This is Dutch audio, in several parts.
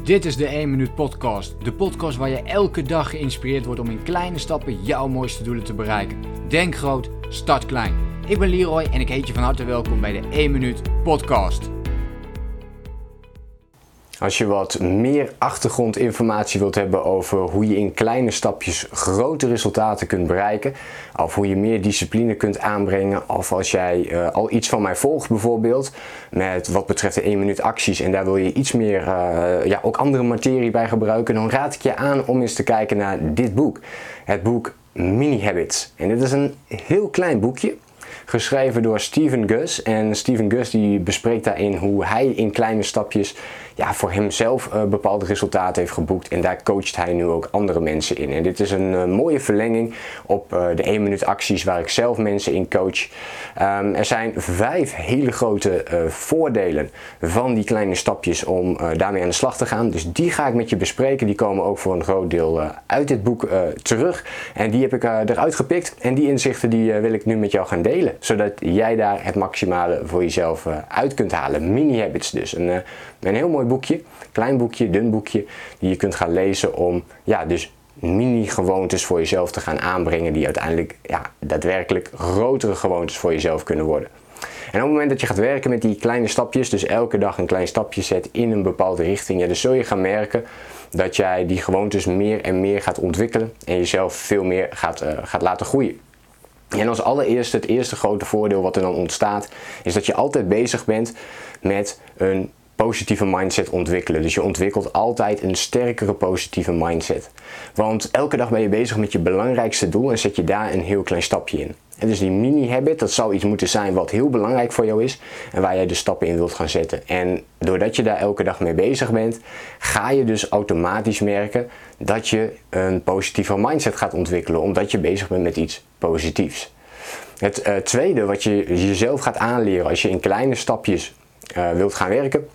Dit is de 1 Minuut Podcast. De podcast waar je elke dag geïnspireerd wordt om in kleine stappen jouw mooiste doelen te bereiken. Denk groot, start klein. Ik ben Leroy en ik heet je van harte welkom bij de 1 Minuut Podcast. Als je wat meer achtergrondinformatie wilt hebben over hoe je in kleine stapjes grote resultaten kunt bereiken, of hoe je meer discipline kunt aanbrengen, of als jij al iets van mij volgt bijvoorbeeld, met wat betreft de 1 minuut acties en daar wil je iets meer, ook andere materie bij gebruiken, dan raad ik je aan om eens te kijken naar dit boek. Het boek Mini Habits. En dit is een heel klein boekje. Geschreven door Stephen Guss. En Stephen Guss die bespreekt daarin hoe hij in kleine stapjes voor hemzelf bepaalde resultaten heeft geboekt. En daar coacht hij nu ook andere mensen in. En dit is een mooie verlenging op de 1 minuut acties waar ik zelf mensen in coach. Er zijn 5 hele grote voordelen van die kleine stapjes om daarmee aan de slag te gaan. Dus die ga ik met je bespreken. Die komen ook voor een groot deel uit dit boek terug. En die heb ik eruit gepikt. En die inzichten die wil ik nu met jou gaan delen. Zodat jij daar het maximale voor jezelf uit kunt halen. Mini Habits dus. Een heel mooi boekje. Klein boekje, dun boekje. Die je kunt gaan lezen om dus mini gewoontes voor jezelf te gaan aanbrengen. Die uiteindelijk daadwerkelijk grotere gewoontes voor jezelf kunnen worden. En op het moment dat je gaat werken met die kleine stapjes. Dus elke dag een klein stapje zet in een bepaalde richting. Dus zul je gaan merken dat jij die gewoontes meer en meer gaat ontwikkelen. En jezelf veel meer gaat laten groeien. En als allereerste, het eerste grote voordeel wat er dan ontstaat, is dat je altijd bezig bent met een positieve mindset ontwikkelen. Dus je ontwikkelt altijd een sterkere positieve mindset. Want elke dag ben je bezig met je belangrijkste doel en zet je daar een heel klein stapje in. En dus die mini-habit, dat zou iets moeten zijn wat heel belangrijk voor jou is en waar jij de stappen in wilt gaan zetten. En doordat je daar elke dag mee bezig bent, ga je dus automatisch merken dat je een positieve mindset gaat ontwikkelen, omdat je bezig bent met iets positiefs. Het tweede wat je jezelf gaat aanleren als je in kleine stapjes wilt gaan werken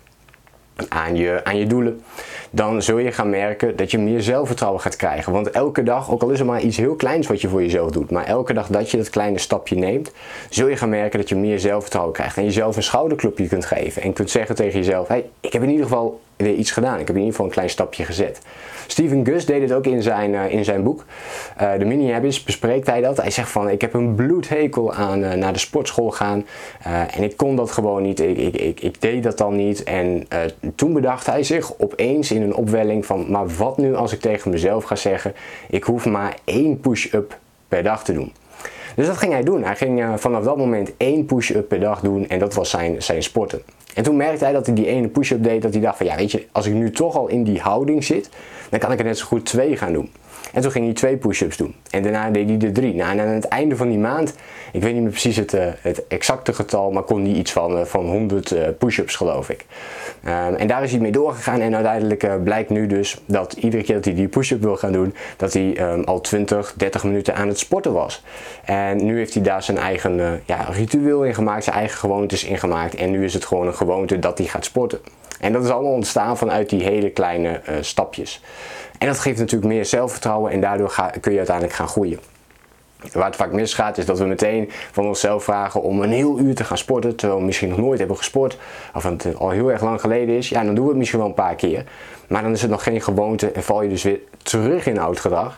aan je doelen, dan zul je gaan merken dat je meer zelfvertrouwen gaat krijgen. Want elke dag, ook al is er maar iets heel kleins wat je voor jezelf doet, maar elke dag dat je dat kleine stapje neemt, zul je gaan merken dat je meer zelfvertrouwen krijgt. En jezelf een schouderklopje kunt geven en kunt zeggen tegen jezelf, hey, ik heb in ieder geval weer iets gedaan. Ik heb in ieder geval een klein stapje gezet. Stephen Guss deed het ook in zijn boek. De Mini Habits bespreekt hij dat. Hij zegt van, ik heb een bloedhekel aan naar de sportschool gaan. En ik kon dat gewoon niet. Ik deed dat dan niet. En toen bedacht hij zich opeens in een opwelling van, maar wat nu als ik tegen mezelf ga zeggen, ik hoef maar 1 push-up per dag te doen. Dus dat ging hij doen. Hij ging vanaf dat moment 1 push-up per dag doen en dat was zijn sporten. En toen merkte hij dat hij die ene push-up deed, dat hij dacht van weet je, als ik nu toch al in die houding zit, dan kan ik er net zo goed 2 gaan doen. En toen ging hij 2 push-ups doen. En daarna deed hij er 3. Nou, en aan het einde van die maand, ik weet niet meer precies het exacte getal, maar kon hij iets van 100 push-ups geloof ik. En daar is hij mee doorgegaan en uiteindelijk blijkt nu dus dat iedere keer dat hij die push-up wil gaan doen, dat hij al 20, 30 minuten aan het sporten was. En nu heeft hij daar zijn eigen ritueel in gemaakt, zijn eigen gewoontes in gemaakt. En nu is het gewoon een gewoonte dat hij gaat sporten. En dat is allemaal ontstaan vanuit die hele kleine stapjes. En dat geeft natuurlijk meer zelfvertrouwen en daardoor kun je uiteindelijk gaan groeien. Waar het vaak misgaat is dat we meteen van onszelf vragen om een heel uur te gaan sporten, terwijl we misschien nog nooit hebben gesport, of het al heel erg lang geleden is. Ja, dan doen we het misschien wel een paar keer, maar dan is het nog geen gewoonte en val je dus weer terug in oud gedrag.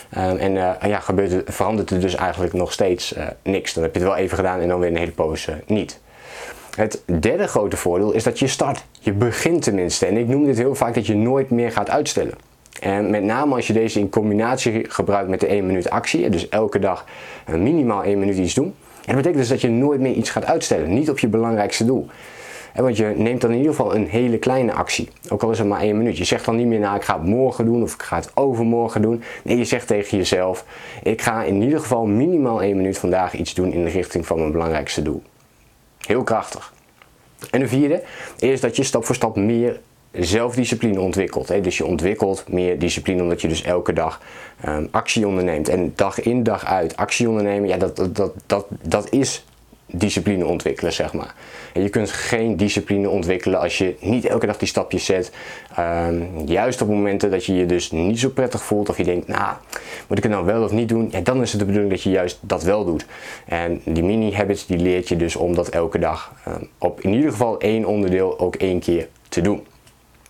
Verandert er dus eigenlijk nog steeds niks. Dan heb je het wel even gedaan en dan weer een hele poos niet. Het derde grote voordeel is dat je start. Je begint tenminste. En ik noem dit heel vaak dat je nooit meer gaat uitstellen. En met name als je deze in combinatie gebruikt met de 1 minuut actie. Dus elke dag minimaal 1 minuut iets doen. En dat betekent dus dat je nooit meer iets gaat uitstellen. Niet op je belangrijkste doel. Want je neemt dan in ieder geval een hele kleine actie. Ook al is het maar 1 minuut. Je zegt dan niet meer, ik ga het morgen doen of ik ga het overmorgen doen. Nee, je zegt tegen jezelf, ik ga in ieder geval minimaal 1 minuut vandaag iets doen in de richting van mijn belangrijkste doel. Heel krachtig. En de vierde is dat je stap voor stap meer zelfdiscipline ontwikkelt. Dus je ontwikkelt meer discipline omdat je dus elke dag actie onderneemt. En dag in dag uit actie ondernemen, dat is discipline ontwikkelen, zeg maar. En je kunt geen discipline ontwikkelen als je niet elke dag die stapjes zet. Juist op momenten dat je je dus niet zo prettig voelt of je denkt, moet ik het nou wel of niet doen? Ja, dan is het de bedoeling dat je juist dat wel doet. En die mini-habits die leert je dus om dat elke dag op in ieder geval 1 onderdeel ook 1 keer te doen.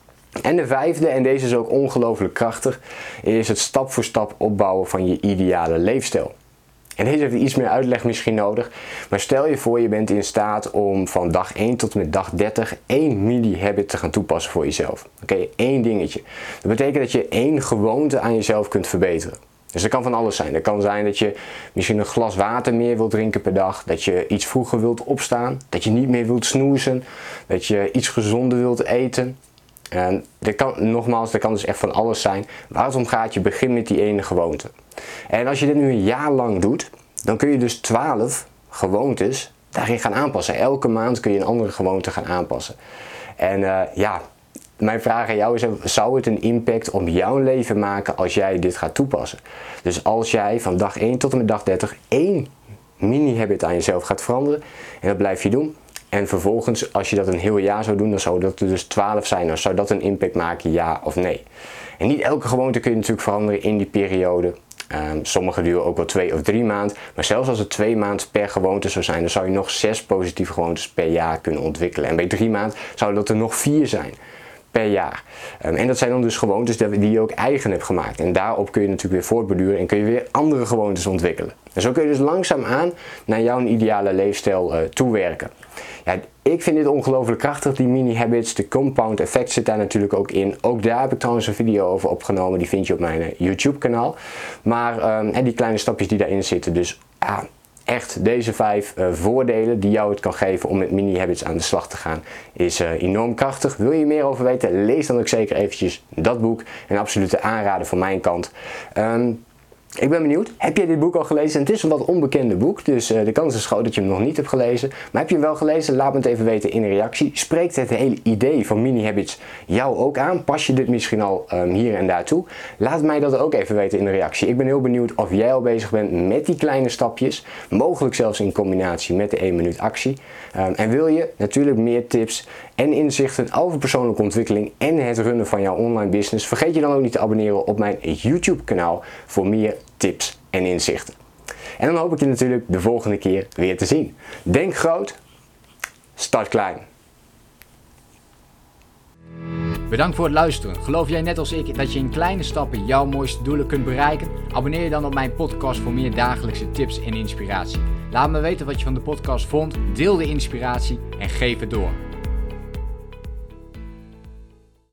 En de vijfde, en deze is ook ongelooflijk krachtig, is het stap voor stap opbouwen van je ideale leefstijl. En deze heeft iets meer uitleg misschien nodig, maar stel je voor je bent in staat om van dag 1 tot en met dag 30 één mini-habit te gaan toepassen voor jezelf. Oké, één dingetje. Dat betekent dat je één gewoonte aan jezelf kunt verbeteren. Dus dat kan van alles zijn. Dat kan zijn dat je misschien een glas water meer wilt drinken per dag, dat je iets vroeger wilt opstaan, dat je niet meer wilt snoezen, dat je iets gezonder wilt eten. En dat kan dus echt van alles zijn. Waar het om gaat, je begint met die ene gewoonte. En als je dit nu een jaar lang doet, dan kun je dus 12 gewoontes daarin gaan aanpassen. Elke maand kun je een andere gewoonte gaan aanpassen. En mijn vraag aan jou is, zou het een impact op jouw leven maken als jij dit gaat toepassen? Dus als jij van dag 1 tot en met dag 30 één mini-habit aan jezelf gaat veranderen, en dat blijf je doen. En vervolgens, als je dat een heel jaar zou doen, dan zou dat er dus 12 zijn. Dan zou dat een impact maken, ja of nee? En niet elke gewoonte kun je natuurlijk veranderen in die periode. Sommige duren ook wel 2 of 3 maanden. Maar zelfs als het 2 maanden per gewoonte zou zijn, dan zou je nog 6 positieve gewoontes per jaar kunnen ontwikkelen. En bij 3 maanden zouden dat er nog 4 zijn per jaar. En dat zijn dan dus gewoontes die je ook eigen hebt gemaakt. En daarop kun je natuurlijk weer voortborduren en kun je weer andere gewoontes ontwikkelen. En zo kun je dus langzaamaan naar jouw ideale leefstijl toewerken. Ja, ik vind dit ongelooflijk krachtig, die mini-habits. De compound effect zit daar natuurlijk ook in. Ook daar heb ik trouwens een video over opgenomen. Die vind je op mijn YouTube kanaal. Maar die kleine stapjes die daarin zitten. Dus echt deze 5 voordelen die jou het kan geven om met mini-habits aan de slag te gaan, is enorm krachtig. Wil je hier meer over weten? Lees dan ook zeker eventjes dat boek. Een absolute aanrader van mijn kant. Ik ben benieuwd, heb jij dit boek al gelezen? Het is een wat onbekende boek, dus de kans is groot dat je hem nog niet hebt gelezen. Maar heb je hem wel gelezen? Laat me het even weten in een reactie. Spreekt het hele idee van mini-habits jou ook aan? Pas je dit misschien al hier en daar toe? Laat mij dat ook even weten in de reactie. Ik ben heel benieuwd of jij al bezig bent met die kleine stapjes. Mogelijk zelfs in combinatie met de 1 minuut actie. En wil je natuurlijk meer tips en inzichten over persoonlijke ontwikkeling en het runnen van jouw online business? Vergeet je dan ook niet te abonneren op mijn YouTube kanaal voor meer tips en inzichten. En dan hoop ik je natuurlijk de volgende keer weer te zien. Denk groot, start klein. Bedankt voor het luisteren. Geloof jij net als ik dat je in kleine stappen jouw mooiste doelen kunt bereiken? Abonneer je dan op mijn podcast voor meer dagelijkse tips en inspiratie. Laat me weten wat je van de podcast vond, deel de inspiratie en geef het door.